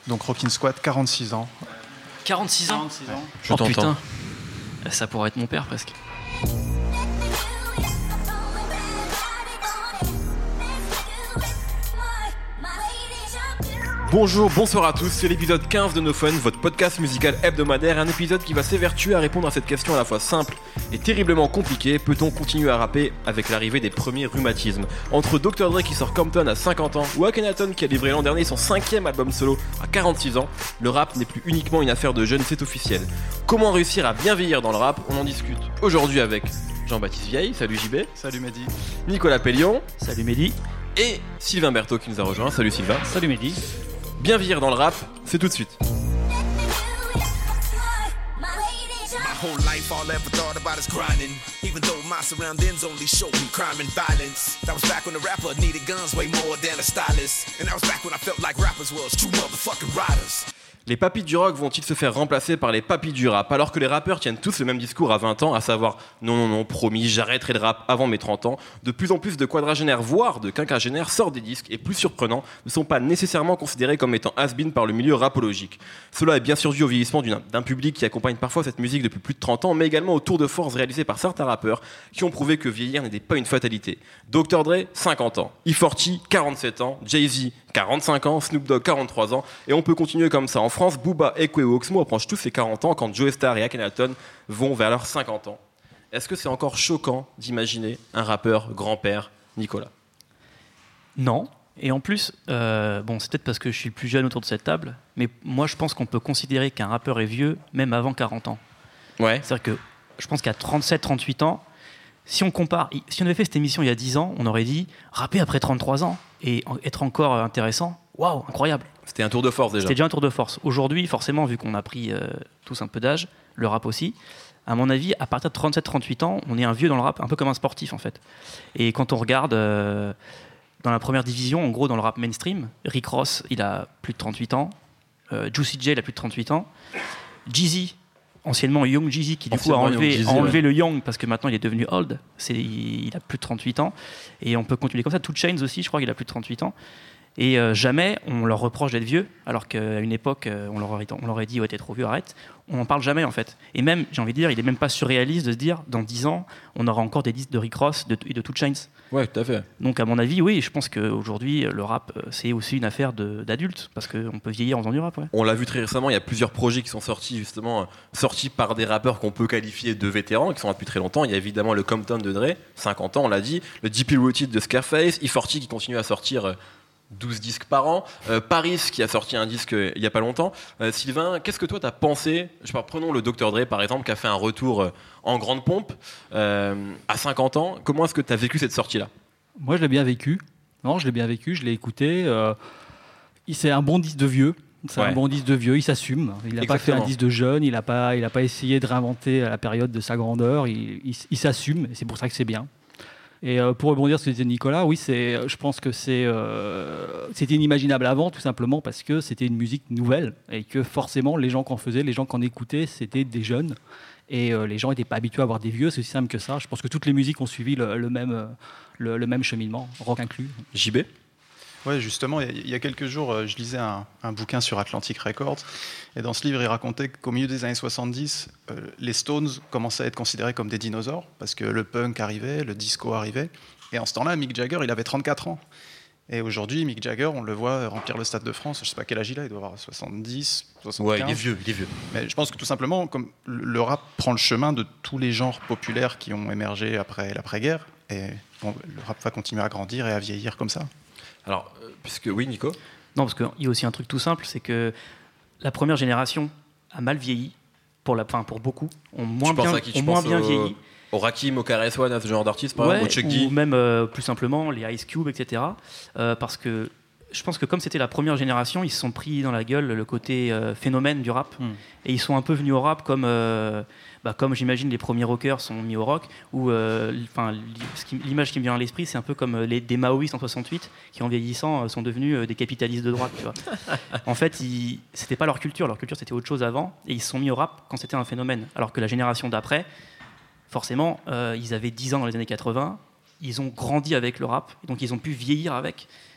Donc Rockin' Squat, 46 ans. 46 ans. Je t'entends. Putain, ça pourrait être mon père presque. Bonjour, bonsoir à tous, c'est l'épisode 15 de No Fun, votre podcast musical hebdomadaire, un épisode qui va s'évertuer à répondre à cette question à la fois simple et terriblement compliquée: peut-on continuer à rapper avec l'arrivée des premiers rhumatismes? Entre Dr. Dre qui sort Compton à 50 ans ou Akhenaton qui a livré l'an dernier son 5e album solo à 46 ans, le rap n'est plus uniquement une affaire de jeunes, c'est officiel. Comment réussir à bien vieillir dans le rap? On en discute aujourd'hui avec Jean-Baptiste Vieille, salut JB. Salut Mehdi. Nicolas Pellion. Salut Mehdi. Et Sylvain Berthaud qui nous a rejoint, salut Sylvain. Salut Mehdi. Bien vieillir dans le rap, c'est tout de suite. Whole life, all I ever thought about is grinding. Even though my surroundings only showed me crime and violence. That was back when the rapper needed guns way more than a stylist. And that was back when I felt like rappers was true motherfucking riders. Les papis du rock vont-ils se faire remplacer par les papis du rap? Alors que les rappeurs tiennent tous le même discours à 20 ans, à savoir « Non, promis, j'arrêterai le rap avant mes 30 ans », de plus en plus de quadragénaires, voire de quinquagénaires sortent des disques et, plus surprenant, ne sont pas nécessairement considérés comme étant has-been par le milieu rapologique. Cela est bien sûr dû au vieillissement d'un public qui accompagne parfois cette musique depuis plus de 30 ans, mais également au tour de force réalisé par certains rappeurs qui ont prouvé que vieillir n'était pas une fatalité. Dr. Dre, 50 ans. E40, 47 ans. Jay-Z, 45 ans. Snoop Dogg, 43 ans. Et on peut continuer comme ça. En France, Booba, Ekwe et Oxmo approchent tous les 40 ans quand Joe Star et Akhenaton vont vers leurs 50 ans. Est-ce que c'est encore choquant d'imaginer un rappeur grand-père? Nicolas? Non. Et en plus, c'est peut-être parce que je suis le plus jeune autour de cette table, mais moi je pense qu'on peut considérer qu'un rappeur est vieux même avant 40 ans. Ouais. C'est-à-dire que je pense qu'à 37-38 ans, si on compare, si on avait fait cette émission il y a 10 ans, on aurait dit rapper après 33 ans et être encore intéressant, waouh, incroyable. C'était un tour de force déjà. C'était déjà un tour de force. Aujourd'hui, forcément, vu qu'on a pris tous un peu d'âge, le rap aussi, à mon avis, à partir de 37-38 ans, on est un vieux dans le rap, un peu comme un sportif en fait. Et quand on regarde dans la première division, en gros dans le rap mainstream, Rick Ross, il a plus de 38 ans, Juicy J, il a plus de 38 ans, Jeezy, anciennement Young Jeezy, qui du coup a enlevé le Young parce que maintenant il est devenu old, il a plus de 38 ans, et on peut continuer comme ça. 2 Chainz aussi, je crois qu'il a plus de 38 ans. Et jamais on leur reproche d'être vieux, alors qu'à une époque on leur aurait dit ouais, t'es trop vieux, arrête. On n'en parle jamais en fait. Et même, j'ai envie de dire, il est même pas surréaliste de se dire dans 10 ans on aura encore des disques de Rick Ross et de 2 Chainz. Ouais, tout à fait. Donc à mon avis, oui, je pense qu'aujourd'hui le rap c'est aussi une affaire d'adultes, parce qu'on peut vieillir en faisant du rap. Ouais. On l'a vu très récemment, il y a plusieurs projets qui sont sortis par des rappeurs qu'on peut qualifier de vétérans, qui sont là depuis très longtemps. Il y a évidemment le Compton de Dre, 50 ans on l'a dit, le Deeply Rooted de Scarface, E40 qui continue à sortir 12 disques par an, Paris qui a sorti un disque il n'y a pas longtemps. Sylvain, qu'est-ce que toi t'as pensé? Prenons le Dr. Dre par exemple, qui a fait un retour en grande pompe à 50 ans. Comment est-ce que t'as vécu cette sortie-là? Moi je l'ai bien vécu. Non, je l'ai bien vécu, je l'ai écouté. C'est un bon disque de vieux. Un bon disque de vieux, il s'assume. Il n'a pas fait un disque de jeune, il n'a pas essayé de réinventer à la période de sa grandeur. Il s'assume, et c'est pour ça que c'est bien. Et pour rebondir sur ce que disait Nicolas, oui, je pense que c'était inimaginable avant, tout simplement parce que c'était une musique nouvelle et que forcément les gens qui en faisaient, les gens qui en écoutaient, c'était des jeunes et les gens n'étaient pas habitués à voir des vieux. C'est aussi simple que ça. Je pense que toutes les musiques ont suivi le même cheminement, rock inclus. JB? Ouais, justement, il y a quelques jours, je lisais un bouquin sur Atlantic Records, et dans ce livre, il racontait qu'au milieu des années 70, les Stones commençaient à être considérés comme des dinosaures, parce que le punk arrivait, le disco arrivait, et en ce temps-là, Mick Jagger, il avait 34 ans. Et aujourd'hui, Mick Jagger, on le voit remplir le Stade de France, je ne sais pas quel âge il a, il doit avoir 70, 75. Ouais, il est vieux. Mais je pense que tout simplement, comme le rap prend le chemin de tous les genres populaires qui ont émergé après l'après-guerre, et bon, le rap va continuer à grandir et à vieillir comme ça. Alors, puisque oui, Nico? Non, parce qu'il y a aussi un truc tout simple, c'est que la première génération a mal vieilli, pour beaucoup, ont moins bien vieilli. Au Rakim, au KRS-One, à ce genre d'artistes, par exemple, au Chuck D. Ou même plus simplement les Ice Cube, etc. Parce que je pense que comme c'était la première génération, ils se sont pris dans la gueule le côté phénomène du rap. Et ils sont un peu venus au rap comme j'imagine les premiers rockers sont mis au rock, où l'image qui me vient à l'esprit, c'est un peu comme des maoïstes en 68 qui en vieillissant sont devenus des capitalistes de droite, tu vois. En fait, c'était pas leur culture c'était autre chose avant, et ils se sont mis au rap quand c'était un phénomène, alors que la génération d'après, forcément, ils avaient 10 ans dans les années 80, ils ont grandi avec le rap, donc ils ont pu vieillir avec.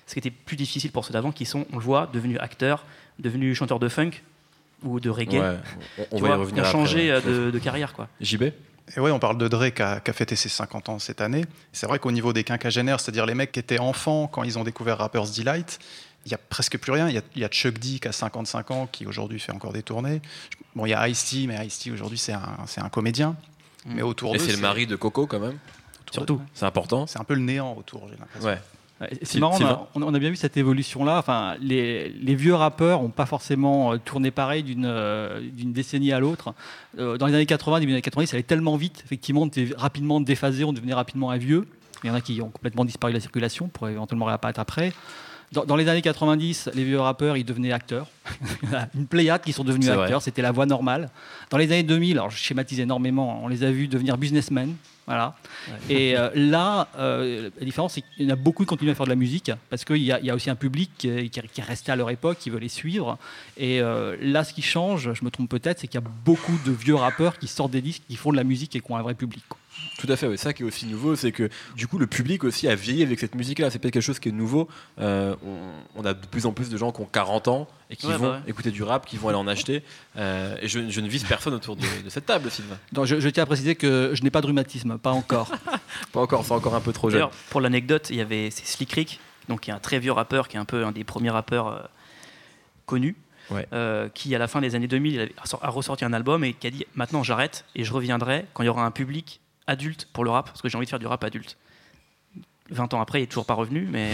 ce qui était plus difficile pour ceux d'avant qui sont, on le voit, devenus acteurs, devenus chanteurs de funk ou de reggae. Ouais, on va y revenir après. Changé après, de carrière, quoi. JB. Et ouais, on parle de Dre qui a fêté ses 50 ans cette année. C'est vrai qu'au niveau des quinquagénaires, c'est-à-dire les mecs qui étaient enfants quand ils ont découvert Rapper's Delight, il n'y a presque plus rien. Il y a Chuck D qui a 55 ans, qui aujourd'hui fait encore des tournées. Bon, il y a Ice-T, mais Ice-T aujourd'hui c'est un comédien. Mais autour d'eux, Et c'est le mari de Coco quand même. Surtout. C'est important. C'est un peu le néant autour, j'ai l'impression. Ouais. C'est marrant, on a bien vu cette évolution-là. Enfin, les vieux rappeurs n'ont pas forcément tourné pareil d'une décennie à l'autre. Dans les années 80, début des années 90, ça allait tellement vite. Effectivement, on était rapidement déphasé, on devenait rapidement un vieux. Il y en a qui ont complètement disparu de la circulation pour éventuellement réapparaître après. Dans les années 90, les vieux rappeurs, ils devenaient acteurs. Il y a une pléiade qui sont devenus acteurs, c'était la voie normale. Dans les années 2000, alors je schématise énormément, on les a vus devenir businessmen. Voilà. Ouais. Et là, la différence, c'est qu'il y en a beaucoup qui continuent à faire de la musique, parce qu'il y a aussi un public qui est resté à leur époque, qui veut les suivre. Et là, ce qui change, je me trompe peut-être, c'est qu'il y a beaucoup de vieux rappeurs qui sortent des disques, qui font de la musique et qui ont un vrai public, quoi. Tout à fait, ouais. Ça qui est aussi nouveau, c'est que du coup le public aussi a vieilli avec cette musique-là. C'est peut-être quelque chose qui est nouveau. On a de plus en plus de gens qui ont 40 ans et qui vont écouter du rap, qui vont aller en acheter. Et je ne vise personne autour de cette table, Sylvain. Non, je tiens à préciser que je n'ai pas de rhumatisme, pas encore. Pas encore, c'est encore un peu trop jeune. D'ailleurs, pour l'anecdote, il y avait Slick Rick, donc qui est un très vieux rappeur, qui est un peu un des premiers rappeurs connus. Ouais. Qui à la fin des années 2000 a ressorti un album et qui a dit maintenant j'arrête et je reviendrai quand il y aura un public adulte pour le rap, parce que j'ai envie de faire du rap adulte. 20 ans après, il n'est toujours pas revenu, mais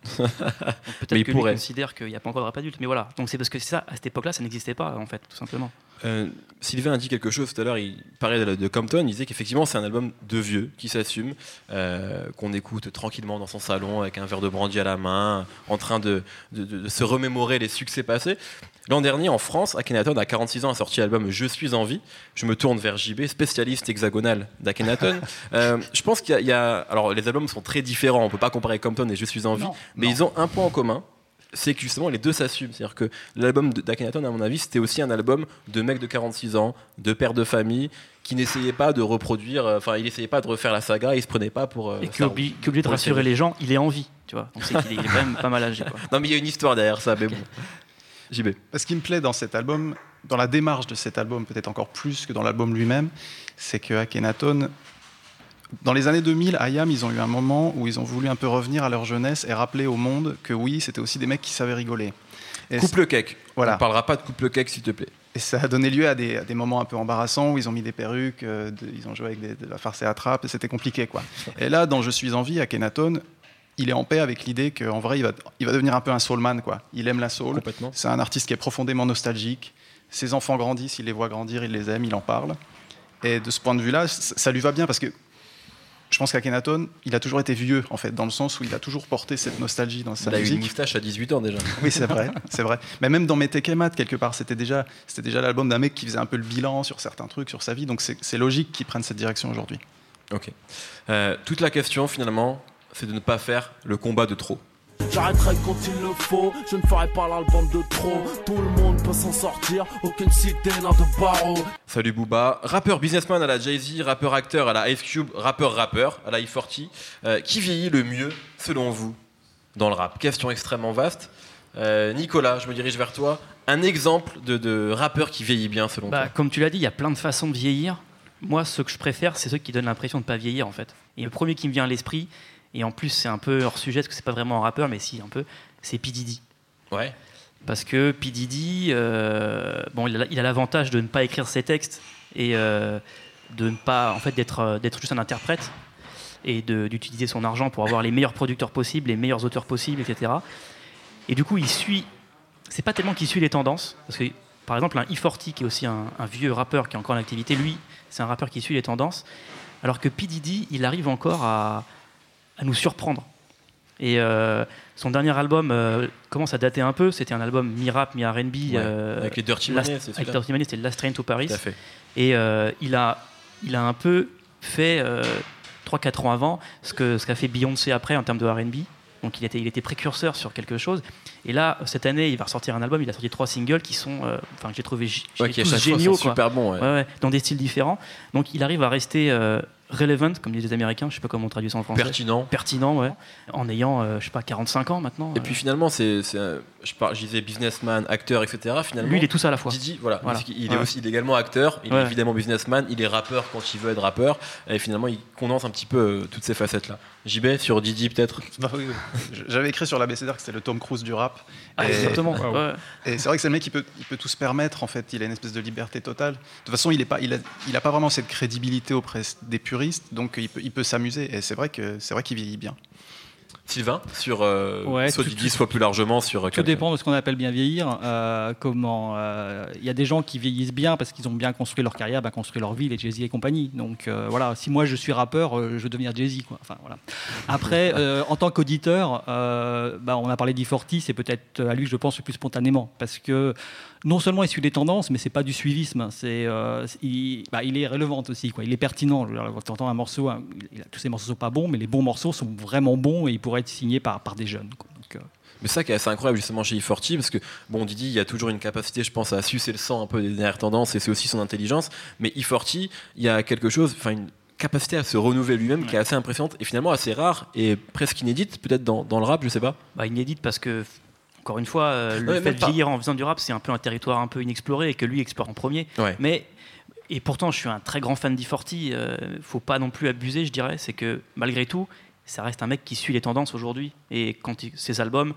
peut-être mais que lui considère qu'il n'y a pas encore de rap adulte. Mais voilà, donc c'est parce que c'est ça, à cette époque-là, ça n'existait pas, en fait, tout simplement. Sylvain a dit quelque chose tout à l'heure, il parlait de Compton, il disait qu'effectivement c'est un album de vieux, qui s'assume, qu'on écoute tranquillement dans son salon, avec un verre de brandy à la main, en train de se remémorer les succès passés. L'an dernier, en France, Akhenaton, à 46 ans, a sorti l'album Je suis en vie. Je me tourne vers JB, spécialiste hexagonal d'Akhenaton. Je pense qu'il y a... Alors, les albums sont très différents. On ne peut pas comparer Compton et Je suis en vie. Mais ils ont un point en commun. C'est que justement, les deux s'assument. C'est-à-dire que l'album d'Akhenaton, à mon avis, c'était aussi un album de mec de 46 ans, de père de famille, qui n'essayait pas de reproduire... Enfin, il n'essayait pas de refaire la saga. Il ne se prenait pas pour... et qui est obligé de rassurer les gens. Il est en vie, tu vois. On sait qu'il est quand même pas mal âgé, quoi. Non, mais il y a une histoire derrière ça, mais bon. JB. Ce qui me plaît dans cet album, dans la démarche de cet album, peut-être encore plus que dans l'album lui-même, c'est que Akhenaton, dans les années 2000, IAM, ils ont eu un moment où ils ont voulu un peu revenir à leur jeunesse et rappeler au monde que oui, c'était aussi des mecs qui savaient rigoler. Et couple cake. Voilà. On ne parlera pas de couple cake, s'il te plaît. Et ça a donné lieu à des moments un peu embarrassants où ils ont mis des perruques, ils ont joué avec de la farce et attrape, et c'était compliqué, quoi. Et là, dans Je suis en vie, Akhenaton, il est en paix avec l'idée qu'en vrai, il va devenir un peu un soulman, quoi. Il aime la soul. C'est un artiste qui est profondément nostalgique. Ses enfants grandissent, il les voit grandir, il les aime, il en parle. Et de ce point de vue-là, ça lui va bien parce que je pense qu'Akhenaton, il a toujours été vieux, en fait, dans le sens où il a toujours porté cette nostalgie dans sa musique. Il a eu une moustache à 18 ans déjà. Oui, c'est vrai, c'est vrai. Mais même dans Metekemat, quelque part, c'était déjà l'album d'un mec qui faisait un peu le bilan sur certains trucs, sur sa vie. Donc c'est logique qu'il prenne cette direction aujourd'hui. Ok. Toute la question, finalement, c'est de ne pas faire le combat de trop. J'arrêterai quand il le faut, je ne ferai pas l'album de trop. Tout le monde peut s'en sortir, aucune cité n'a de barreau. Salut Booba, rappeur businessman à la Jay-Z, rappeur acteur à la Ice Cube, rappeur à la E40. Qui vieillit le mieux, selon vous, dans le rap? Question extrêmement vaste. Nicolas, je me dirige vers toi. Un exemple de rappeur qui vieillit bien, selon toi? Comme tu l'as dit, il y a plein de façons de vieillir. Moi, ce que je préfère, c'est ceux qui donnent l'impression de ne pas vieillir, en fait. Et le premier qui me vient à l'esprit, et en plus c'est un peu hors sujet parce que c'est pas vraiment un rappeur, mais si un peu, c'est P. Diddy. Ouais. Parce que P. Diddy, il a l'avantage de ne pas écrire ses textes et de ne pas, en fait, d'être juste un interprète et d'utiliser son argent pour avoir les meilleurs producteurs possibles, les meilleurs auteurs possibles, etc. Et du coup, c'est pas tellement qu'il suit les tendances, parce que par exemple un E40 qui est aussi un vieux rappeur qui est encore en activité, lui, c'est un rappeur qui suit les tendances, alors que P. Diddy, il arrive encore à nous surprendre. Et son dernier album commence à dater un peu. C'était un album mi-rap, mi-R&B. Avec les Dirty Money, c'est celui-là. Avec Dirty Money, c'était Last Train to Paris. Tout à fait. Et il a un peu fait, 3-4 ans avant, ce qu'a fait Beyoncé après en termes de R&B. Donc il était précurseur sur quelque chose. Et là, cette année, il va ressortir un album. Il a sorti 3 singles qui sont, que j'ai trouvé qui tous géniaux, quoi. Super bons. Ouais, dans des styles différents. Donc, il arrive à rester relevant, comme disent les Américains. Je sais pas comment on traduit ça en français. Pertinent, ouais. En ayant, 45 ans maintenant. Et puis finalement, je disais businessman, acteur, etc. Finalement, lui, il est tout ça à la fois. Didi, voilà. Il est également acteur. Il est évidemment businessman. Il est rappeur quand il veut être rappeur. Et finalement, il condense un petit peu toutes ces facettes-là. JB, sur Didi peut-être. Oui. J'avais écrit sur l'ABCDR que c'est le Tom Cruise du rap. Exactement. Et c'est vrai que c'est le mec qui peut tout se permettre, en fait. Il a une espèce de liberté totale. De toute façon, il a pas vraiment cette crédibilité auprès des puristes, donc il peut s'amuser. Et c'est vrai qu'il vieillit bien. Sylvain, sur soit Didi, soit plus largement sur... Tout dépend de ce qu'on appelle bien vieillir. Il y a des gens qui vieillissent bien parce qu'ils ont bien construit leur carrière, bien construit leur vie, les Jay-Z et compagnie. Donc voilà, si moi je suis rappeur, je veux devenir Jay-Z, quoi. Enfin, voilà. Après, en tant qu'auditeur, on a parlé d'E40, c'est peut-être à lui que je pense le plus spontanément. Parce que non seulement il suit les tendances, mais c'est pas du suivisme. Il est relevant aussi, quoi. Il est pertinent. Tu entends un morceau, tous ces morceaux sont pas bons, mais les bons morceaux sont vraiment bons et ils pourraient être signés par des jeunes, quoi. Donc, mais ça qui est assez incroyable justement chez E40, parce que Didi, il y a toujours une capacité, je pense, à sucer le sang un peu des dernières tendances, et c'est aussi son intelligence. Mais E40, il y a quelque chose, une capacité à se renouveler lui-même qui est assez impressionnante et finalement assez rare et presque inédite, peut-être dans le rap, je sais pas. Inédite parce que, encore une fois, le fait de vieillir en faisant du rap, c'est un peu un territoire un peu inexploré et que lui explore en premier. Ouais. Et pourtant, je suis un très grand fan d'E40. Faut pas non plus abuser, je dirais. C'est que malgré tout, ça reste un mec qui suit les tendances aujourd'hui. Et quand ses albums,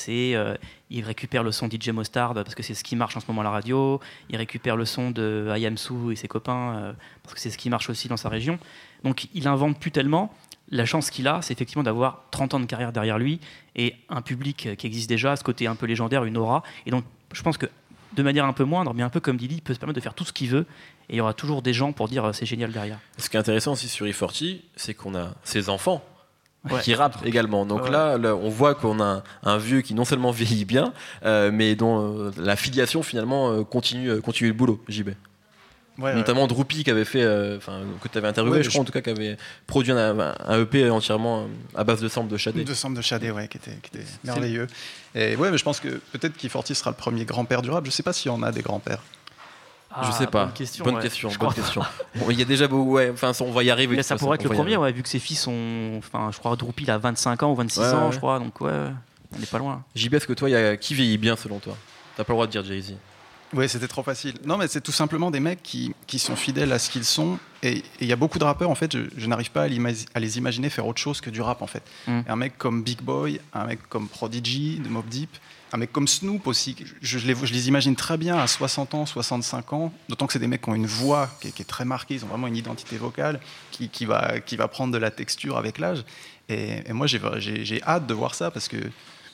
il récupère le son DJ Mostard parce que c'est ce qui marche en ce moment à la radio. Il récupère le son de Ayamsu et ses copains parce que c'est ce qui marche aussi dans sa région. Donc il invente plus tellement. La chance qu'il a, c'est effectivement d'avoir 30 ans de carrière derrière lui et un public qui existe déjà, ce côté un peu légendaire, une aura. Et donc je pense que de manière un peu moindre, mais un peu comme Didi, il peut se permettre de faire tout ce qu'il veut. Et il y aura toujours des gens pour dire c'est génial derrière. Ce qui est intéressant aussi sur E40, c'est qu'on a ses enfants qui rappent également. Donc là, on voit qu'on a un vieux qui non seulement vieillit bien, mais dont la filiation finalement continue le boulot, JB. Notamment Droopy qui avait fait, que tu avais interviewé, je crois en tout cas, qui avait produit un EP entièrement à base de samples de Shadé. De samples de Shadé, qui était merveilleux. Et mais je pense que peut-être qu'E40 sera le premier grand-père du rap. Je sais pas s'il y en a des grands-pères. Je sais pas. Bonne question. Bon, il y a déjà beaucoup. On va y arriver. Là, ça pourrait être le premier, vu que ses fils sont. Je crois Droopy il a 25 ans ou 26 ans, je crois. Donc on n'est pas loin. JB, est-ce que toi, qui vieillit bien selon toi? T'as pas le droit de dire Jay-Z. Oui, c'était trop facile. Non, mais c'est tout simplement des mecs qui sont fidèles à ce qu'ils sont. Et il y a beaucoup de rappeurs, en fait, je n'arrive pas à les imaginer faire autre chose que du rap, en fait. Un mec comme Big Boy, un mec comme Prodigy, de Mobb Deep, un mec comme Snoop aussi. Je les imagine très bien à 60 ans, 65 ans. D'autant que c'est des mecs qui ont une voix qui est très marquée. Ils ont vraiment une identité vocale qui va prendre de la texture avec l'âge. Et moi, j'ai hâte de voir ça parce que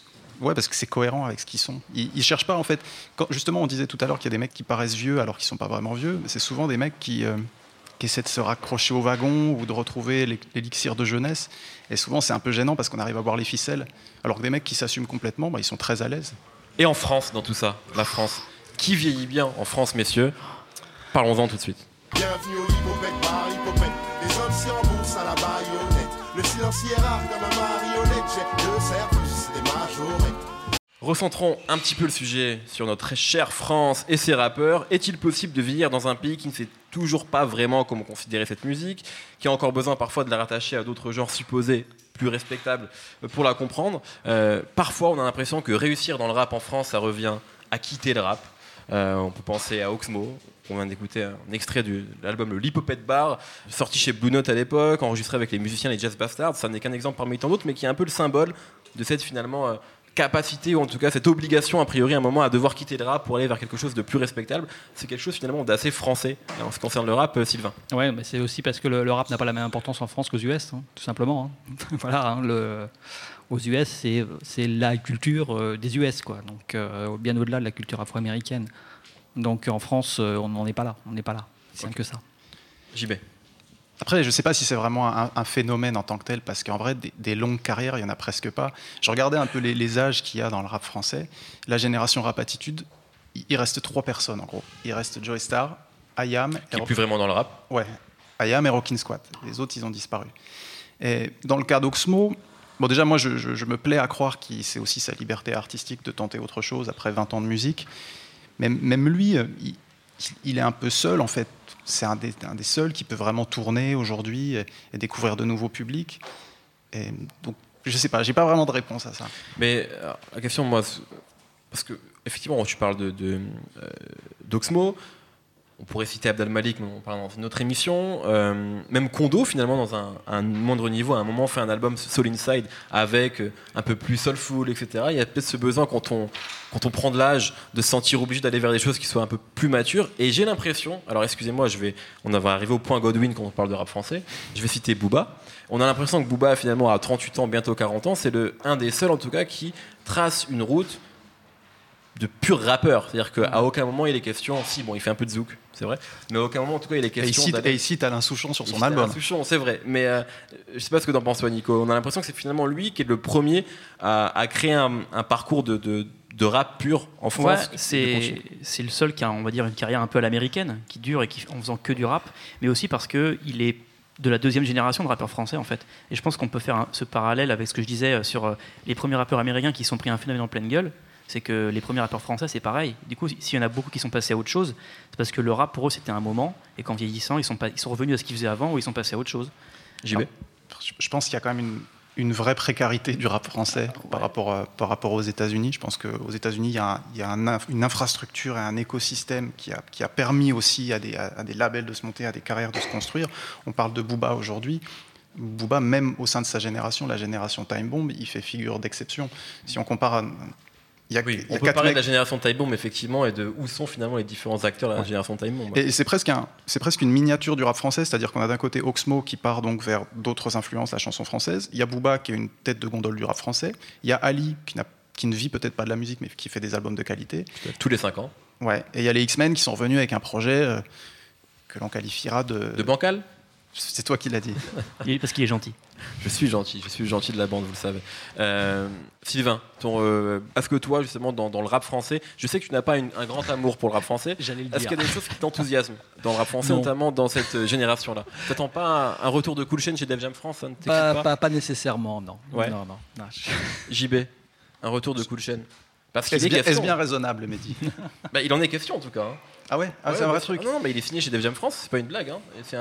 c'est cohérent avec ce qu'ils sont. Ils cherchent pas, en fait. Justement, on disait tout à l'heure qu'il y a des mecs qui paraissent vieux alors qu'ils sont pas vraiment vieux. Mais c'est souvent des mecs qui essaient de se raccrocher au wagon ou de retrouver l'élixir de jeunesse. Et souvent, c'est un peu gênant parce qu'on arrive à voir les ficelles. Alors que des mecs qui s'assument complètement, ils sont très à l'aise. Et en France, dans tout ça, la France, qui vieillit bien en France, messieurs? Parlons-en tout de suite. Bienvenue au Hippopète par Hippopète. Les anciens en bourse à la baïonnette. Le silencieux est rare comme un marionnette. J'ai deux services, des majorettes. Recentrons un petit peu le sujet sur notre très chère France et ses rappeurs. Est-il possible de vieillir dans un pays qui ne sait toujours pas vraiment comment considérer cette musique, qui a encore besoin parfois de la rattacher à d'autres genres supposés plus respectables pour la comprendre? Parfois, on a l'impression que réussir dans le rap en France, ça revient à quitter le rap. On peut penser à Oxmo. On vient d'écouter un extrait de l'album Le Hippopète Bar, sorti chez Blue Note à l'époque, enregistré avec les musiciens les Jazz Bastards. Ça n'est qu'un exemple parmi tant d'autres, mais qui est un peu le symbole de cette finalement capacité, ou en tout cas cette obligation a priori à un moment à devoir quitter le rap pour aller vers quelque chose de plus respectable. C'est quelque chose finalement d'assez français en ce qui concerne le rap, Sylvain. Ouais, mais c'est aussi parce que le rap n'a pas la même importance en France qu'aux US, tout simplement. Voilà, aux US, c'est la culture des US, quoi. Donc bien au-delà de la culture afro-américaine. Donc en France, on n'en est pas là. On n'est pas là. C'est simple que ça. JB. Après, je ne sais pas si c'est vraiment un phénomène en tant que tel, parce qu'en vrai, des longues carrières, il n'y en a presque pas. Je regardais un peu les âges qu'il y a dans le rap français. La génération Rap Attitude, il reste 3 personnes en gros. Il reste Joey Starr, IAM... Qui n'est plus vraiment dans le rap. Ouais, IAM et Rockin' Squat. Les autres, ils ont disparu. Et dans le cas d'Oxmo, Bon, déjà, moi, je me plais à croire que c'est aussi sa liberté artistique de tenter autre chose après 20 ans de musique. Même lui, il est un peu seul, en fait. C'est un des seuls qui peut vraiment tourner aujourd'hui et découvrir de nouveaux publics. Et donc, je sais pas, j'ai pas vraiment de réponse à ça. Mais la question, moi, parce que effectivement, tu parles d'Oxmo. On pourrait citer Abd al-Malik, mais on parle dans une autre émission. Même Kondo, finalement, dans un moindre niveau, à un moment, fait un album Soul Inside avec un peu plus soulful, etc. Il y a peut-être ce besoin, quand on prend de l'âge, de se sentir obligé d'aller vers des choses qui soient un peu plus matures. Et j'ai l'impression, alors excusez-moi, on va arriver au point Godwin quand on parle de rap français. Je vais citer Booba. On a l'impression que Booba, finalement, à 38 ans, bientôt 40 ans, c'est un des seuls, en tout cas, qui trace une route de pur rappeur. C'est-à-dire qu'à aucun moment il est question, si bon il fait un peu de zouk, c'est vrai, mais à aucun moment en tout cas il est question et il cite Alain Souchon sur son album. Alain Souchon, c'est vrai, mais je sais pas ce que t'en penses toi Nico. On a l'impression que c'est finalement lui qui est le premier à créer un parcours de rap pur en France. Ouais, c'est le seul qui a, on va dire, une carrière un peu à l'américaine, qui dure et en faisant que du rap, mais aussi parce que il est de la deuxième génération de rappeurs français en fait. Et je pense qu'on peut faire ce parallèle avec ce que je disais sur les premiers rappeurs américains qui sont pris un phénomène en pleine gueule. C'est que les premiers rappeurs français, c'est pareil. Du coup, s'il y en a beaucoup qui sont passés à autre chose, c'est parce que le rap, pour eux, c'était un moment, et qu'en vieillissant, ils sont revenus à ce qu'ils faisaient avant, ou ils sont passés à autre chose. JB ? Je pense qu'il y a quand même une vraie précarité du rap français par rapport aux États-Unis. Je pense qu'aux États-Unis, il y a une infrastructure et un écosystème qui a permis aussi à des labels de se monter, à des carrières de se construire. On parle de Booba aujourd'hui. Booba, même au sein de sa génération, la génération Time Bomb, il fait figure d'exception. Si on compare on peut parler de la génération Time Bomb effectivement et de où sont finalement les différents acteurs de la génération Time Bomb. Et c'est presque une miniature du rap français, c'est-à-dire qu'on a d'un côté Oxmo qui part donc vers d'autres influences, la chanson française. Il y a Booba qui est une tête de gondole du rap français. Il y a Ali qui ne vit peut-être pas de la musique mais qui fait des albums de qualité. Tous les 5 ans. Ouais. Et il y a les X-Men qui sont revenus avec un projet que l'on qualifiera de bancal. C'est toi qui l'as dit. Parce qu'il est gentil. Je suis gentil de la bande, vous le savez. Sylvain, est-ce que toi, justement, dans le rap français, je sais que tu n'as pas un grand amour pour le rap français. J'allais le dire. Est-ce qu'il y a des choses qui t'enthousiasment dans le rap français, notamment dans cette génération-là ? T'attends pas un retour de Cool Chain chez Def Jam France, ça ne t'excite pas ? Pas nécessairement, non. Ouais. Non. JB, un retour de Cool Chain. Parce est-ce bien raisonnable, Mehdi ? Il en est question, en tout cas. Ah ouais, c'est un vrai truc. Non, mais il est signé chez Def Jam France, c'est pas une blague. Hein. C'est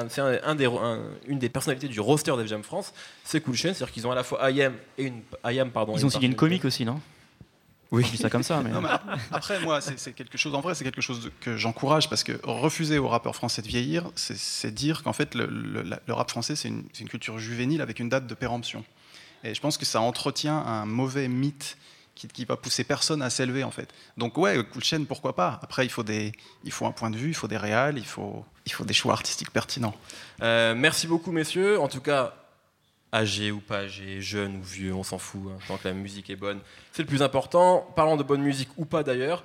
une des personnalités du roster Def Jam France, c'est Cool Chain, c'est-à-dire qu'ils ont à la fois IAM et Ils ont signé une comique aussi, non ? Oui, je dis ça comme ça. Mais... Non, mais après, moi, c'est quelque chose. En vrai, c'est quelque chose que j'encourage parce que refuser aux rappeurs français de vieillir, c'est dire qu'en fait, le rap français, c'est une culture juvénile avec une date de péremption. Et je pense que ça entretient un mauvais mythe qui va pousser personne à s'élever en fait. Donc ouais, Cool Chain, pourquoi pas. Après, il faut un point de vue, il faut des réals, il faut des choix artistiques pertinents. Merci beaucoup messieurs. En tout cas, âgé ou pas âgé, jeune ou vieux, on s'en fout. Tant que la musique est bonne, c'est le plus important. Parlant de bonne musique ou pas d'ailleurs,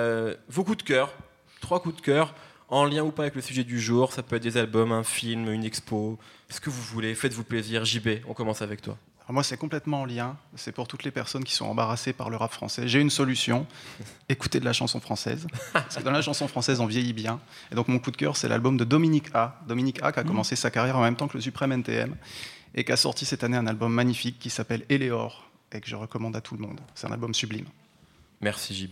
vos coups de cœur, 3 coups de cœur, en lien ou pas avec le sujet du jour. Ça peut être des albums, un film, une expo, ce que vous voulez. Faites-vous plaisir. JB, on commence avec toi. Alors moi, c'est complètement en lien. C'est pour toutes les personnes qui sont embarrassées par le rap français. J'ai une solution. Écoutez de la chanson française. Parce que dans la chanson française, on vieillit bien. Et donc, mon coup de cœur, c'est l'album de Dominique A. Dominique A qui a commencé sa carrière en même temps que le Suprême NTM et qui a sorti cette année un album magnifique qui s'appelle Éléor et que je recommande à tout le monde. C'est un album sublime. Merci JB.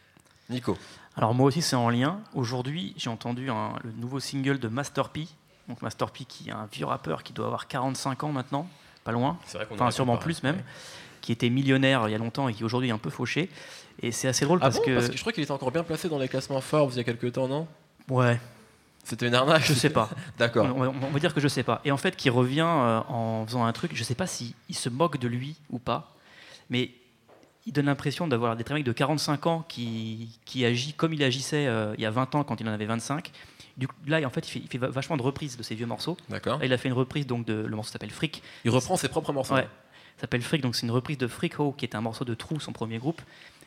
Nico. Alors moi aussi, c'est en lien. Aujourd'hui, j'ai entendu le nouveau single de Master P. Donc Master P, qui est un vieux rappeur qui doit avoir 45 ans maintenant. Pas loin, enfin sûrement plus même, qui était millionnaire il y a longtemps et qui aujourd'hui est un peu fauché. Et c'est assez drôle parce que je crois qu'il était encore bien placé dans les classements Forbes il y a quelques temps, non ? Ouais. C'était une arnaque ? Je sais pas. D'accord. On va dire que je sais pas. Et en fait, qui revient en faisant un truc, je sais pas s'il se moque de lui ou pas, mais il donne l'impression d'avoir des mecs de 45 ans qui agit comme il agissait il y a 20 ans quand il en avait 25. Du coup, là, en fait, il fait vachement de reprises de ses vieux morceaux. D'accord. Là, il a fait une reprise donc le morceau s'appelle Freak. Il reprend ses propres morceaux. Ouais. Ça s'appelle Freak, donc c'est une reprise de Freak Ho, qui est un morceau de True, son premier groupe,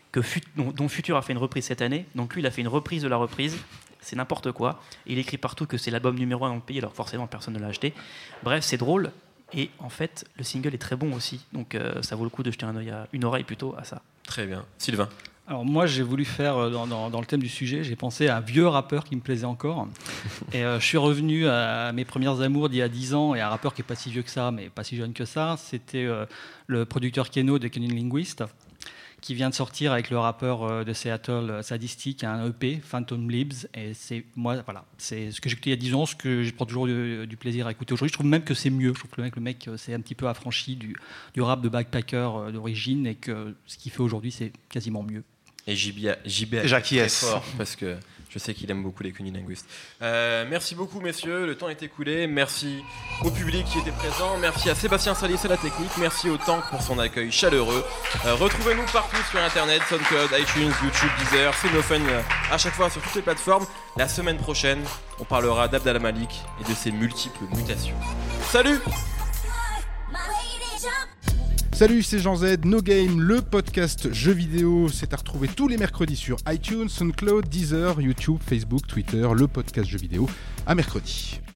dont Future a fait une reprise cette année. Donc lui, il a fait une reprise de la reprise. C'est n'importe quoi. Et il écrit partout que c'est l'album numéro 1 dans le pays, alors forcément, personne ne l'a acheté. Bref, c'est drôle. Et en fait, le single est très bon aussi. Donc ça vaut le coup de jeter une oreille plutôt à ça. Très bien. Sylvain. Alors moi, j'ai voulu faire, dans le thème du sujet, j'ai pensé à un vieux rappeur qui me plaisait encore. Et je suis revenu à mes premières amours d'il y a 10 ans, et un rappeur qui n'est pas si vieux que ça, mais pas si jeune que ça. C'était le producteur Keno de Kenny Linguist, qui vient de sortir avec le rappeur de Seattle, Sadistic, un EP, Phantom Libs. Et c'est ce que j'ai écouté il y a 10 ans, ce que je prends toujours du plaisir à écouter aujourd'hui. Je trouve même que c'est mieux. Je trouve que le mec s'est un petit peu affranchi du rap de backpacker d'origine, et que ce qu'il fait aujourd'hui, c'est quasiment mieux. Et JB Jackie S. fort, parce que je sais qu'il aime beaucoup les Kenny Linguist. Merci beaucoup, messieurs. Le temps est écoulé. Merci au public qui était présent. Merci à Sébastien Salis à la technique. Merci au Tank pour son accueil chaleureux. Retrouvez-nous partout sur Internet, SoundCloud, iTunes, YouTube, Deezer, Phonofun, à chaque fois sur toutes les plateformes. La semaine prochaine, on parlera d'Abd al-Malik et de ses multiples mutations. Salut! Salut, c'est Jean Z, No Game, le podcast jeux vidéo. C'est à retrouver tous les mercredis sur iTunes, SoundCloud, Deezer, YouTube, Facebook, Twitter, le podcast jeux vidéo. À mercredi.